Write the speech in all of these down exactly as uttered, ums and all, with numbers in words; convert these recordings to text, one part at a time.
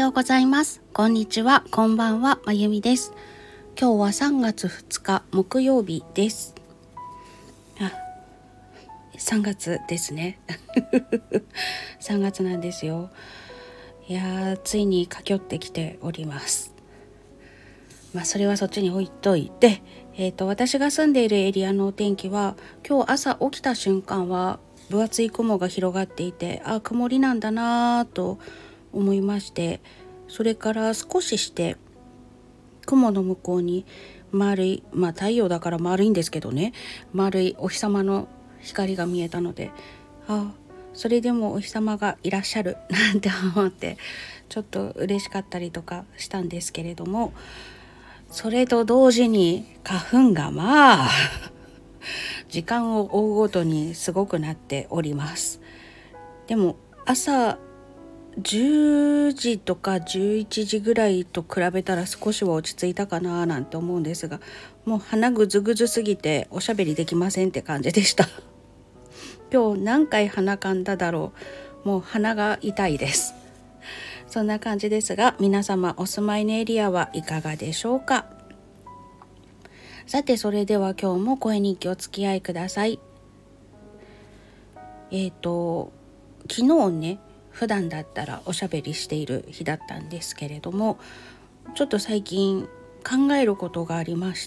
ようございます。こんにちは、こんばんは、まゆみです。今日はさんがつふつか木曜日です。あ、さんがつですね。さんがつなんですよ。いやー、ついに駆け寄ってきております。まあそれはそっちに置いといて、えーと、私が住んでいるエリアのお天気は、今日朝起きた瞬間は分厚い雲が広がっていて、あ、曇りなんだなと思いまして、それから少しして雲の向こうに丸い、まあ太陽だから丸いんですけどね、丸いお日様の光が見えたので、あ、それでもお日様がいらっしゃるなんて思ってちょっと嬉しかったりとかしたんですけれども、それと同時に花粉がまあ時間を追うごとにすごくなっております。でも朝じゅうじとかじゅういちじぐらいと比べたら少しは落ち着いたかななんて思うんですが、もう鼻ぐずぐずすぎておしゃべりできませんって感じでした。今日何回鼻かんだだろう。もう鼻が痛いです。そんな感じですが、皆様お住まいのエリアはいかがでしょうか。さて、それでは今日も声日記お付き合いください。えっと昨日ね、普段だったらおしゃべりしている日だったんですけれども、ちょっと最近考えることがありまして、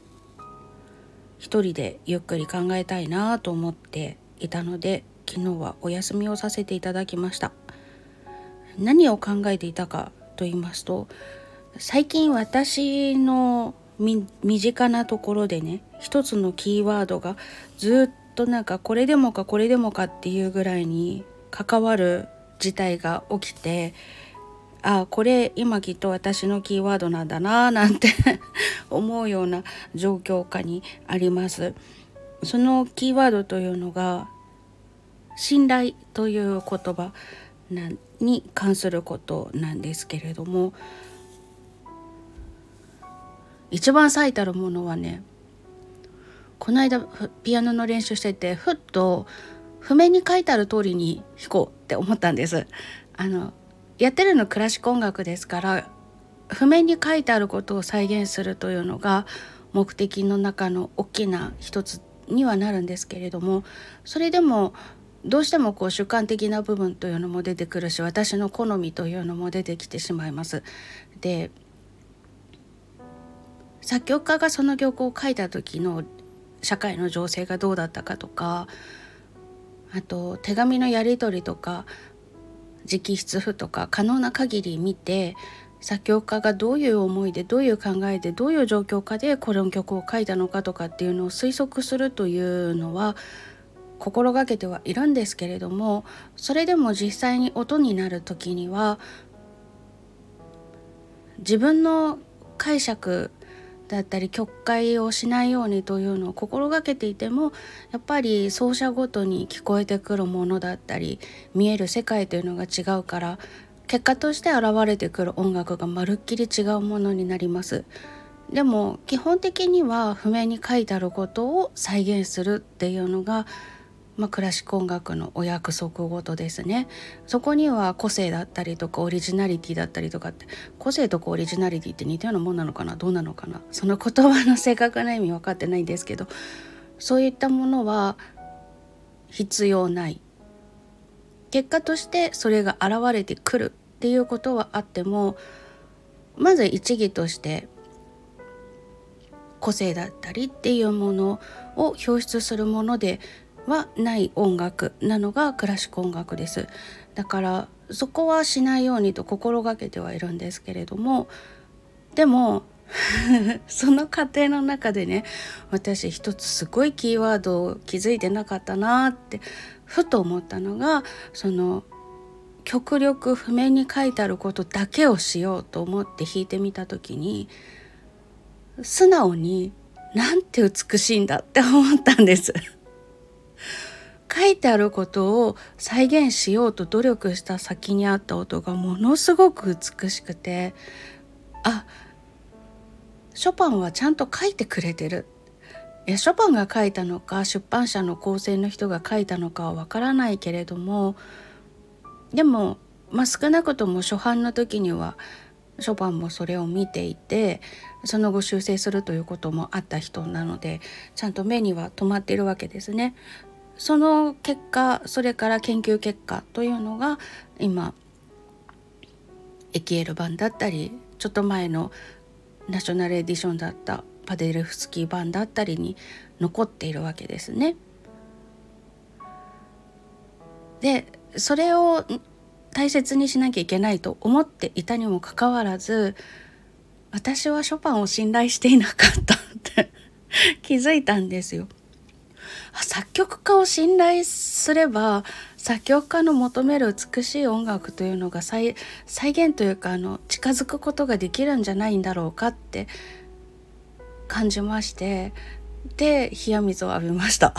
一人でゆっくり考えたいなと思っていたので、昨日はお休みをさせていただきました。何を考えていたかと言いますと、最近私の身近なところでね、一つのキーワードがずっとなんかこれでもかこれでもかっていうぐらいに関わる事態が起きて、あ、これ今きっと私のキーワードなんだななんて思うような状況下にあります。そのキーワードというのが信頼という言葉に関することなんですけれども、一番最たるものはね、この間ピアノの練習してて、ふっと譜面に書いてある通りに弾こうって思ったんです。あのやってるのクラシック音楽ですから、譜面に書いてあることを再現するというのが目的の中の大きな一つにはなるんですけれども、それでもどうしてもこう主観的な部分というのも出てくるし、私の好みというのも出てきてしまいます。で、作曲家がその曲を書いた時の社会の情勢がどうだったかとか、あと手紙のやり取りとか直筆譜とか可能な限り見て、作曲家がどういう思いでどういう考えでどういう状況下でこの曲を書いたのかとかっていうのを推測するというのは心がけてはいるんですけれども、それでも実際に音になる時には自分の解釈だったり曲解をしないようにというのを心がけていても、やっぱり奏者ごとに聞こえてくるものだったり見える世界というのが違うから、結果として現れてくる音楽がまるっきり違うものになります。でも基本的には譜面に書いてあることを再現するっていうのが、まあ、クラシック音楽のお約束事ですね。そこには個性だったりとかオリジナリティだったりとかって、個性とかオリジナリティって似たようなもんなのかな、どうなのかな、その言葉の正確な意味分かってないんですけど、そういったものは必要ない。結果としてそれが現れてくるっていうことはあっても、まず一義として個性だったりっていうものを表出するものではない音楽なのがクラシック音楽です。だからそこはしないようにと心がけてはいるんですけれども、でもその過程の中でね、私一つすごいキーワードを気づいてなかったなってふと思ったのが、その極力譜面に書いてあることだけをしようと思って弾いてみた時に、素直になんて美しいんだって思ったんです書いてあることを再現しようと努力した先にあった音がものすごく美しくて、あ、ショパンはちゃんと書いてくれてる。いや、ショパンが書いたのか出版社の構成の人が書いたのかはわからないけれども、でもまあ、少なくとも初版の時にはショパンもそれを見ていて、その後修正するということもあった人なので、ちゃんと目には留まっているわけですね。その結果、それから研究結果というのが今エキエル版だったり、ちょっと前のナショナルエディションだったパデルフスキー版だったりに残っているわけですね。でそれを大切にしなきゃいけないと思っていたにもかかわらず、私はショパンを信頼していなかったって気づいたんですよ。作曲家を信頼すれば、作曲家の求める美しい音楽というのが 再, 再現というかあの近づくことができるんじゃないんだろうかって感じまして、で冷や水を浴びました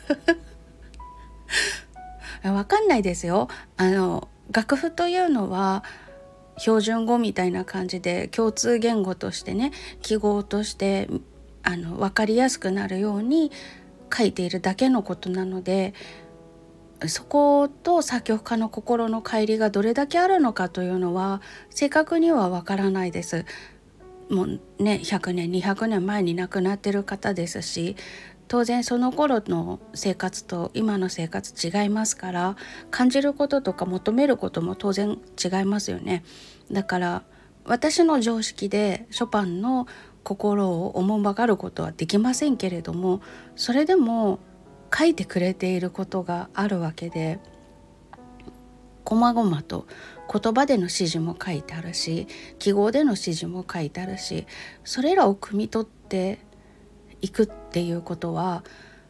わかんないですよ。あの楽譜というのは標準語みたいな感じで共通言語としてね、記号としてあの分かりやすくなるように書いているだけのことなので、そこと作曲家の心の乖離がどれだけあるのかというのは正確にはわからないです。もうね、ひゃくねんにひゃくねんまえに亡くなってる方ですし、当然その頃の生活と今の生活違いますから、感じることとか求めることも当然違いますよね。だから私の常識でショパンの心をおもんばかることはできませんけれども、それでも書いてくれていることがあるわけで、こまごまと言葉での指示も書いてあるし、記号での指示も書いてあるし、それらを汲み取っていくっていうことは、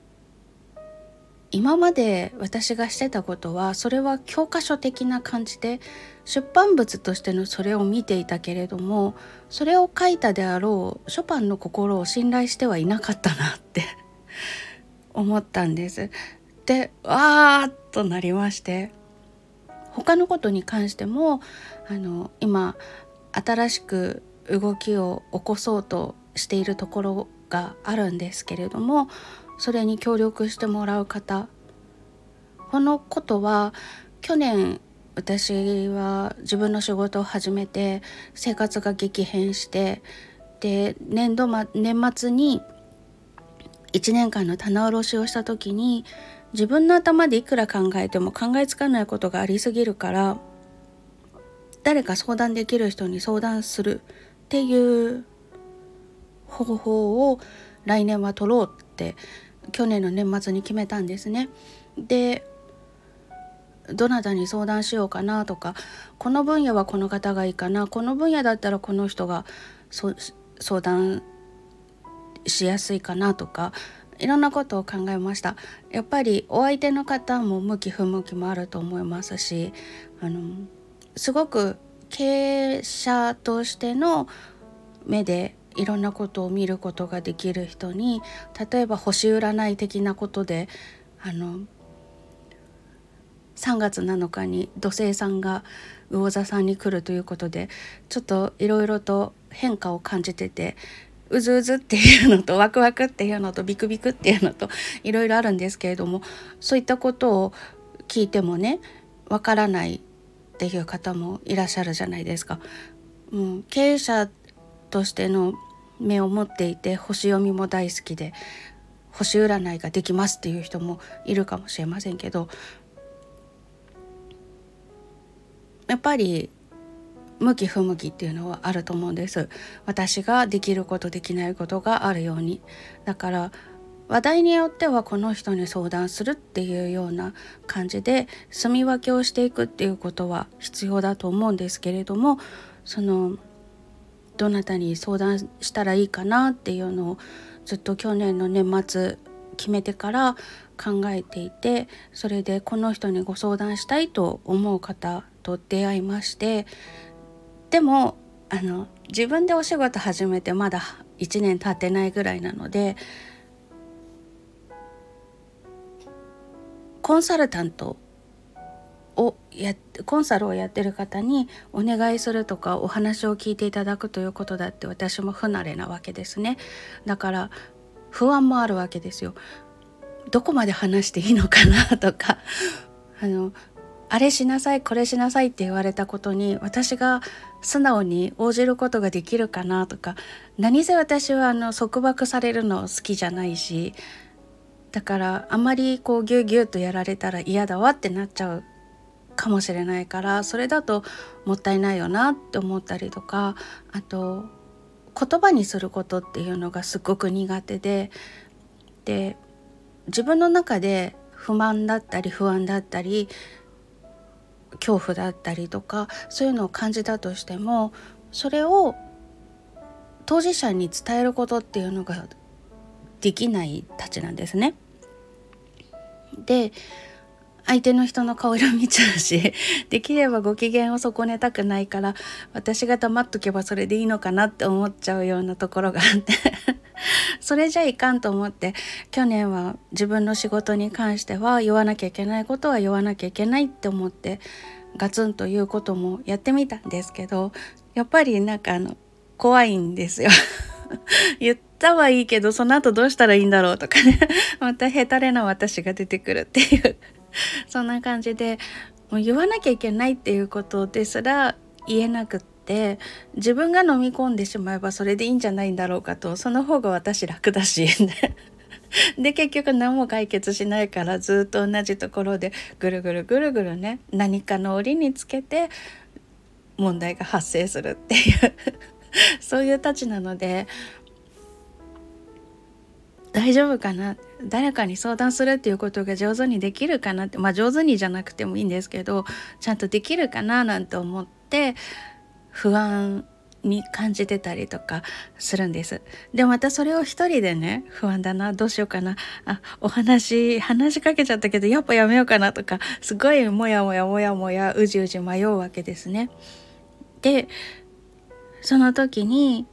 今まで私がしてたことはそれは教科書的な感じで出版物としてのそれを見ていたけれども、それを書いたであろうショパンの心を信頼してはいなかったなって思ったんです。で、わーっとなりまして、他のことに関してもあの今新しく動きを起こそうとしているところがあるんですけれども、それに協力してもらう方、このことは去年私は自分の仕事を始めて生活が激変して、で 年度、ま、年末にいちねんかんの棚卸しをした時に、自分の頭でいくら考えても考えつかないことがありすぎるから、誰か相談できる人に相談するっていう方法を来年は取ろうって去年の年末に決めたんですね。で、どなたに相談しようかなとか、この分野はこの方がいいかな、この分野だったらこの人がそ相談しやすいかなとか、いろんなことを考えました。やっぱりお相手の方も向き不向きもあると思いますし、あのすごく経営者としての目でいろんなことを見ることができる人に、例えば星占い的なことであのさんがつなのかに土星さんが魚座さんに来るということで、ちょっといろいろと変化を感じてて、うずうずっていうのとワクワクっていうのとビクビクっていうのといろいろあるんですけれども、そういったことを聞いてもね、わからないっていう方もいらっしゃるじゃないですか。うん、経営者としての目を持っていて星読みも大好きで星占いができますっていう人もいるかもしれませんけど、やっぱり向き不向きっていうのはあると思うんです。私ができることできないことがあるように。だから話題によってはこの人に相談するっていうような感じで住み分けをしていくっていうことは必要だと思うんですけれども、そのどなたに相談したらいいかなっていうのをずっと去年の年末決めてから考えていて、それでこの人にご相談したいと思う方と出会いまして、でもあの自分でお仕事始めてまだいちねん経ってないぐらいなので、コンサルタントをやコンサルをやってる方にお願いするとかお話を聞いていただくということだって私も不慣れなわけですね。だから不安もあるわけですよ。どこまで話していいのかなとか、あのあれしなさいこれしなさいって言われたことに私が素直に応じることができるかなとか、何せ私はあの束縛されるの好きじゃないし、だからあまりこうギュギュッとやられたら嫌だわってなっちゃうかもしれないから、それだともったいないよなって思ったりとか、あと言葉にすることっていうのがすごく苦手で、で自分の中で不満だったり不安だったり恐怖だったりとかそういうのを感じたとしても、それを当事者に伝えることっていうのができないたちなんですね。で相手の人の顔色見ちゃうし、できればご機嫌を損ねたくないから、私が黙っとけばそれでいいのかなって思っちゃうようなところがあってそれじゃいかんと思って、去年は自分の仕事に関しては言わなきゃいけないことは言わなきゃいけないって思ってガツンと言うこともやってみたんですけど、やっぱりなんかあの怖いんですよ言ったはいいけどその後どうしたらいいんだろうとかねまたヘタレな私が出てくるっていうそんな感じで、もう言わなきゃいけないっていうことですら言えなくって、自分が飲み込んでしまえばそれでいいんじゃないんだろうかと、その方が私楽だしで結局何も解決しないから、ずっと同じところでぐるぐるぐるぐるね、何かの折につけて問題が発生するっていうそういうたちなので、大丈夫かな、誰かに相談するっていうことが上手にできるかなって、まあ上手にじゃなくてもいいんですけど、ちゃんとできるかななんて思って不安に感じてたりとかするんです。でまたそれを一人でね、不安だなどうしようかな、あお話話しかけちゃったけどやっぱやめようかなとか、すごいもやもやもやもやうじうじ迷うわけですね。でその時に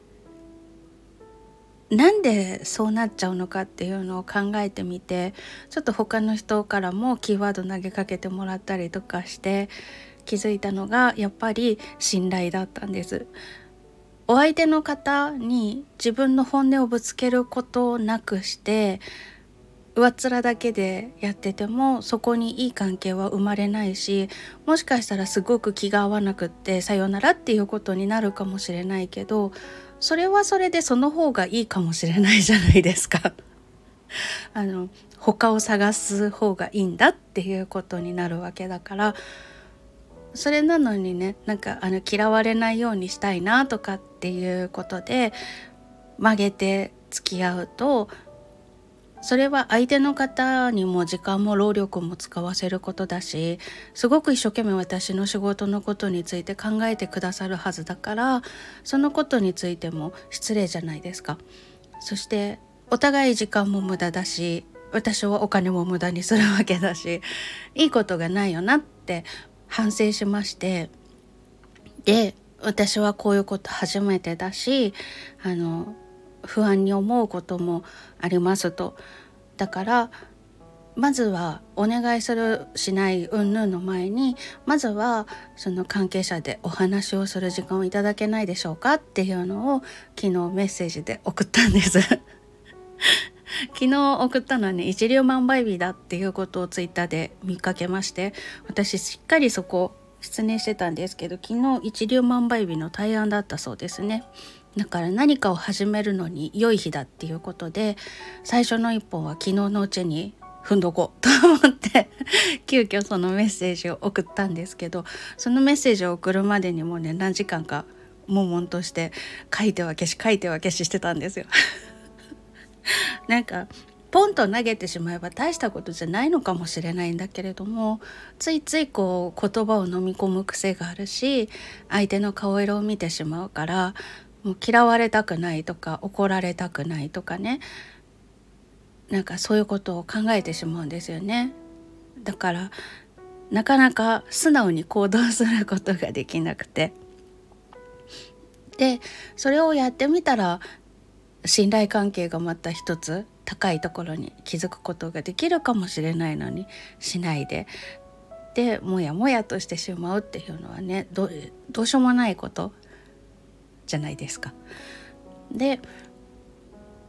なんでそうなっちゃうのかっていうのを考えてみて、ちょっと他の人からもキーワード投げかけてもらったりとかして気づいたのが、やっぱり信頼だったんです。お相手の方に自分の本音をぶつけることをなくして上っ面だけでやっててもそこにいい関係は生まれないし、もしかしたらすごく気が合わなくってさよならっていうことになるかもしれないけど、それはそれでその方がいいかもしれないじゃないですかあの他を探す方がいいんだっていうことになるわけだから、それなのにね、なんかあの嫌われないようにしたいなとかっていうことで曲げて付き合うと、それは相手の方にも時間も労力も使わせることだし、すごく一生懸命私の仕事のことについて考えてくださるはずだから、そのことについても失礼じゃないですか。そしてお互い時間も無駄だし、私はお金も無駄にするわけだし、いいことがないよなって反省しまして、で私はこういうこと初めてだし、あの不安に思うこともありますと。だからまずはお願いするしない云々の前に、まずはその関係者でお話をする時間をいただけないでしょうかっていうのを昨日メッセージで送ったんです昨日送ったのはね、一粒万倍日だっていうことをツイッターで見かけまして、私しっかりそこ失念してたんですけど、昨日一粒万倍日の対案だったそうですね。だから何かを始めるのに良い日だっていうことで、最初の一本は昨日のうちに踏んどこうと思って急遽そのメッセージを送ったんですけど、そのメッセージを送るまでにもね、何時間か悶々として書いては消し書いては消ししてたんですよなんかポンと投げてしまえば大したことじゃないのかもしれないんだけれども、ついついこう言葉を飲み込む癖があるし、相手の顔色を見てしまうから、もう嫌われたくないとか怒られたくないとかね、なんかそういうことを考えてしまうんですよね。だからなかなか素直に行動することができなくて、でそれをやってみたら信頼関係がまた一つ高いところに気づくことができるかもしれないのにしないで、でもやもやとしてしまうっていうのはね、 ど, どうしようもないことじゃないですか。で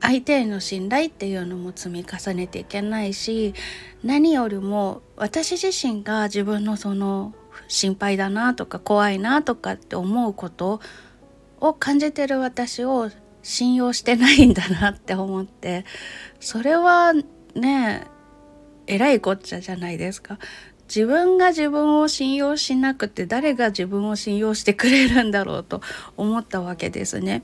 相手への信頼っていうのも積み重ねていけないし、何よりも私自身が自分のその心配だなとか怖いなとかって思うことを感じてる私を信用してないんだなって思って、それはねえらいこっちゃじゃないですか。自分が自分を信用しなくて誰が自分を信用してくれるんだろうと思ったわけですね。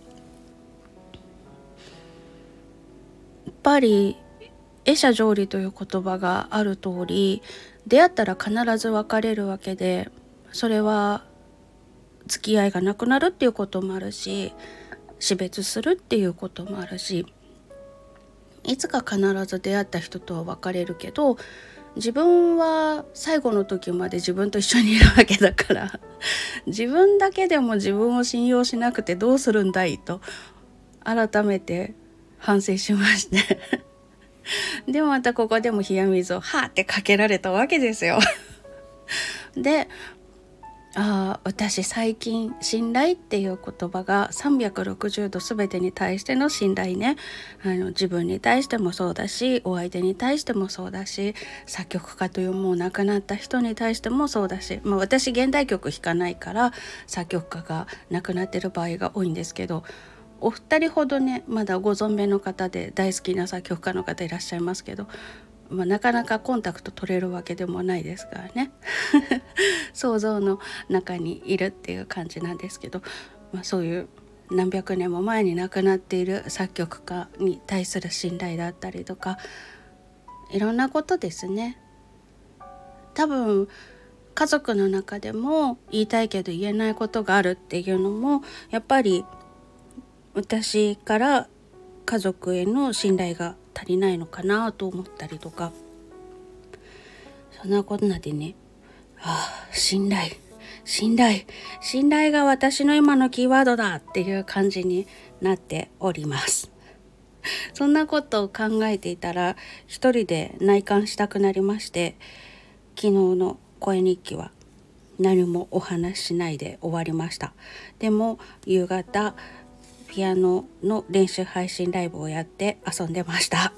やっぱり会釈成離という言葉がある通り、出会ったら必ず別れるわけで、それは付き合いがなくなるっていうこともあるし、死別するっていうこともあるし、いつか必ず出会った人とは別れるけど、自分は最後の時まで自分と一緒にいるわけだから自分だけでも自分を信用しなくてどうするんだいと改めて反省しましてでもまたここでも冷や水をはーってかけられたわけですよで、ああ私最近信頼っていう言葉がさんびゃくろくじゅうど全てに対しての信頼ね、あの自分に対してもそうだし、お相手に対してもそうだし、作曲家というもう亡くなった人に対してもそうだし、まあ、私現代曲弾かないから作曲家が亡くなってる場合が多いんですけど、お二人ほどねまだご存命の方で大好きな作曲家の方いらっしゃいますけど、まあ、なかなかコンタクト取れるわけでもないですからね想像の中にいるっていう感じなんですけど、まあ、そういう何百年も前に亡くなっている作曲家に対する信頼だったりとか、いろんなことですね。多分家族の中でも言いたいけど言えないことがあるっていうのもやっぱり私から家族への信頼が足りないのかなと思ったりとか、そんなことなんでね、ああ信頼信頼信頼が私の今のキーワードだっていう感じになっておりますそんなことを考えていたら一人で内観したくなりまして、昨日の声日記は何もお話ししないで終わりました。でも夕方ピアノの練習配信ライブをやって遊んでました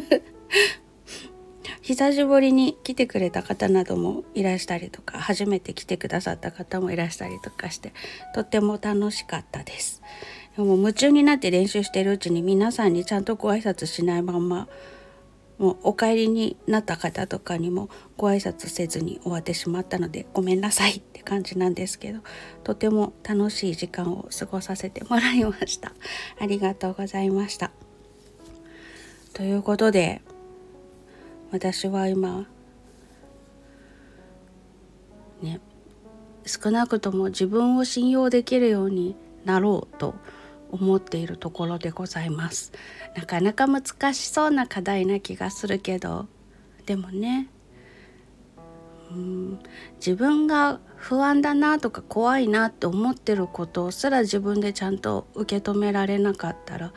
久しぶりに来てくれた方などもいらしたりとか、初めて来てくださった方もいらしたりとかしてとっても楽しかったです。でも夢中になって練習しているうちに皆さんにちゃんとご挨拶しないまま、もうお帰りになった方とかにもご挨拶せずに終わってしまったのでごめんなさいって感じなんですけど、とても楽しい時間を過ごさせてもらいました。ありがとうございました。ということで私は今ね、少なくとも自分を信用できるようになろうと思っているところでございます。なかなか難しそうな課題な気がするけど、でもね、うん、自分が不安だなとか怖いなって思ってることすら自分でちゃんと受け止められなかったら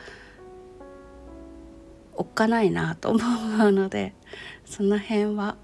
おっかないなと思うので、その辺は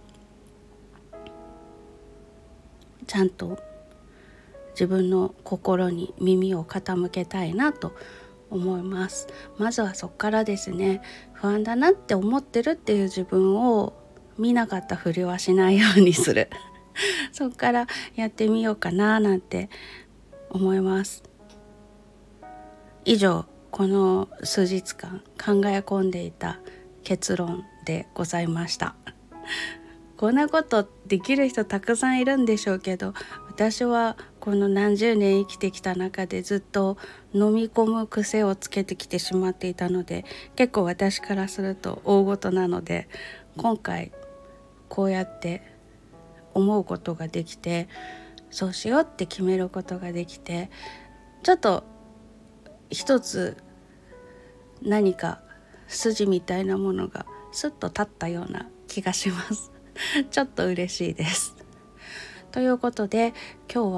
ちゃんと自分の心に耳を傾けたいなと思います。まずはそこからですね、不安だなって思ってるっていう自分を見なかったふりはしないようにするそこからやってみようかななんて思います。以上、この数日間考え込んでいた結論でございましたこんなことできる人たくさんいるんでしょうけど、私はこの何十年生きてきた中でずっと飲み込む癖をつけてきてしまっていたので、結構私からすると大事なので、今回こうやって思うことができて、そうしようって決めることができて、ちょっと一つ何か筋みたいなものがスッと立ったような気がしますちょっと嬉しいです。ということで今日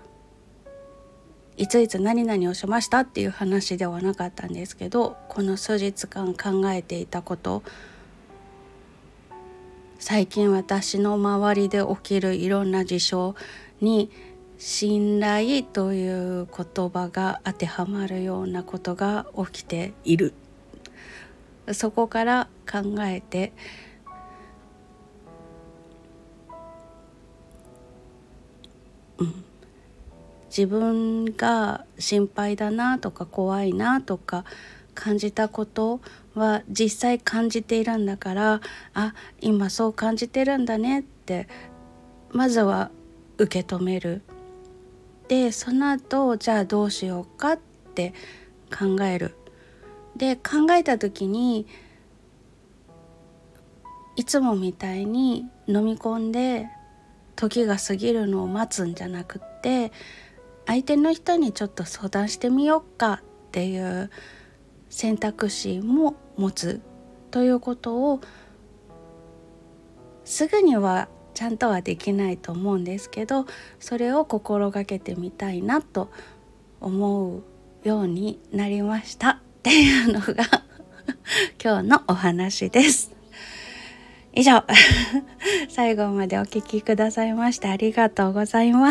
はいついつ何々をしましたっていう話ではなかったんですけど、この数日間考えていたこと、最近私の周りで起きるいろんな事象に信頼という言葉が当てはまるようなことが起きている。 そこから考えて、うん、自分が心配だなとか怖いなとか感じたことは実際感じているんだから、あ、今そう感じてるんだねってまずは受け止める。でその後じゃあどうしようかって考える。で考えた時にいつもみたいに飲み込んで時が過ぎるのを待つんじゃなくって、相手の人にちょっと相談してみようかっていう選択肢も持つということを、すぐにはちゃんとはできないと思うんですけど、それを心がけてみたいなと思うようになりましたっていうのが今日のお話です。以上最後までお聞きくださいましてありがとうございます。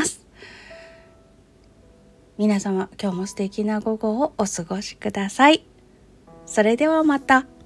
皆様今日も素敵な午後をお過ごしください。それではまた。